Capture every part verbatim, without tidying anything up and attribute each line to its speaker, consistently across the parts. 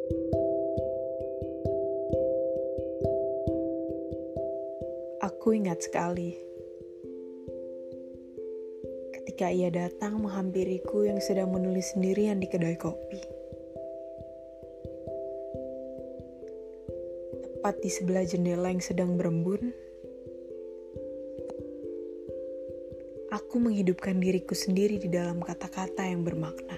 Speaker 1: Aku ingat sekali ketika ia datang menghampiriku yang sedang menulis sendirian di kedai kopi. Tepat di sebelah jendela yang sedang berembun, aku menghidupkan diriku sendiri di dalam kata-kata yang bermakna.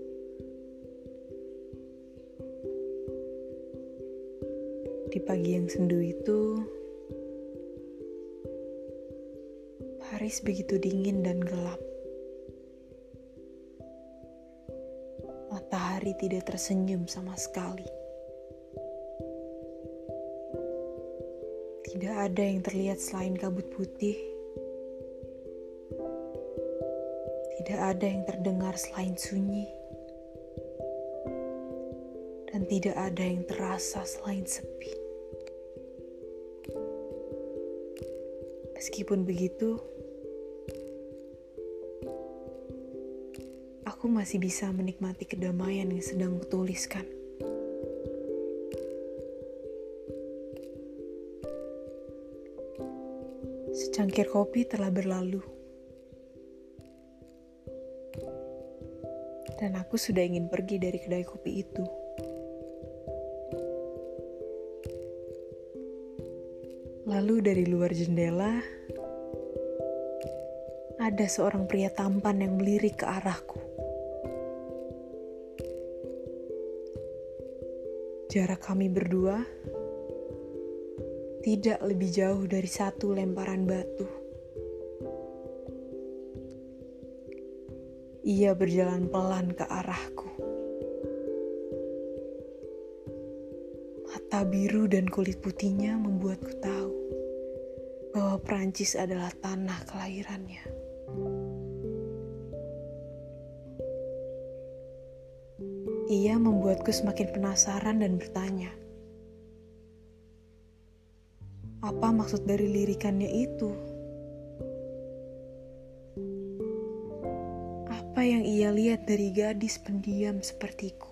Speaker 1: Di pagi yang sendu itu, Paris begitu dingin dan gelap. Matahari tidak tersenyum sama sekali. Tidak ada yang terlihat selain kabut putih. Tidak ada yang terdengar selain sunyi. Dan tidak ada yang terasa selain sepi. Meskipun begitu, aku masih bisa menikmati kedamaian yang sedang kutuliskan. Secangkir kopi telah berlalu, dan aku sudah ingin pergi dari kedai kopi itu. Lalu dari luar jendela, ada seorang pria tampan yang melirik ke arahku. Jarak kami berdua tidak lebih jauh dari satu lemparan batu. Ia berjalan pelan ke arahku. Mata biru dan kulit putihnya membuatku tahu bahwa Prancis adalah tanah kelahirannya. Ia membuatku semakin penasaran dan bertanya, apa maksud dari lirikannya itu? Apa yang ia lihat dari gadis pendiam sepertiku?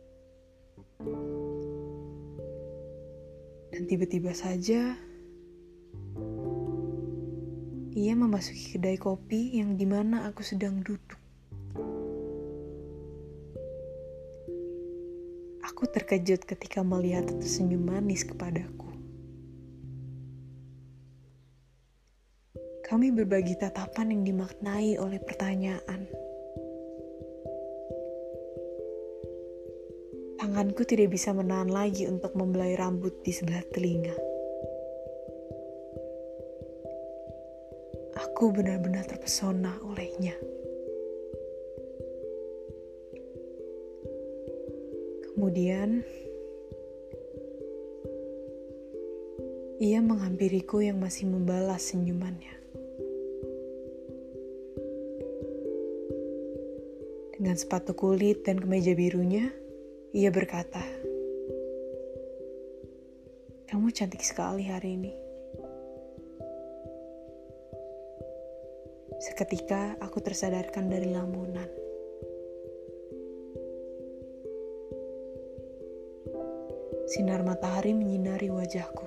Speaker 1: Dan tiba-tiba saja, ia memasuki kedai kopi yang dimana aku sedang duduk. Aku terkejut ketika melihat tersenyum manis kepadaku. Kami berbagi tatapan yang dimaknai oleh pertanyaan. Tanganku tidak bisa menahan lagi untuk membelai rambut di sebelah telinga. Aku benar-benar terpesona olehnya. Kemudian, ia menghampiriku yang masih membalas senyumannya. Dengan sepatu kulit dan kemeja birunya, ia berkata, "Kamu cantik sekali hari ini." Seketika aku tersadarkan dari lamunan. Sinar matahari menyinari wajahku.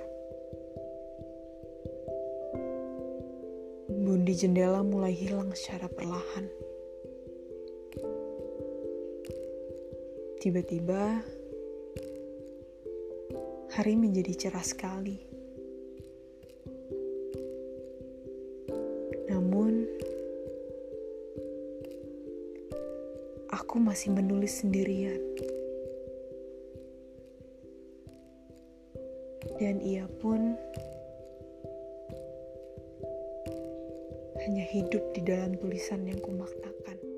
Speaker 1: Embun di jendela mulai hilang secara perlahan. Tiba-tiba, hari menjadi cerah sekali. Namun, aku masih menulis sendirian. Dan ia pun hanya hidup di dalam tulisan yang kumaknakan.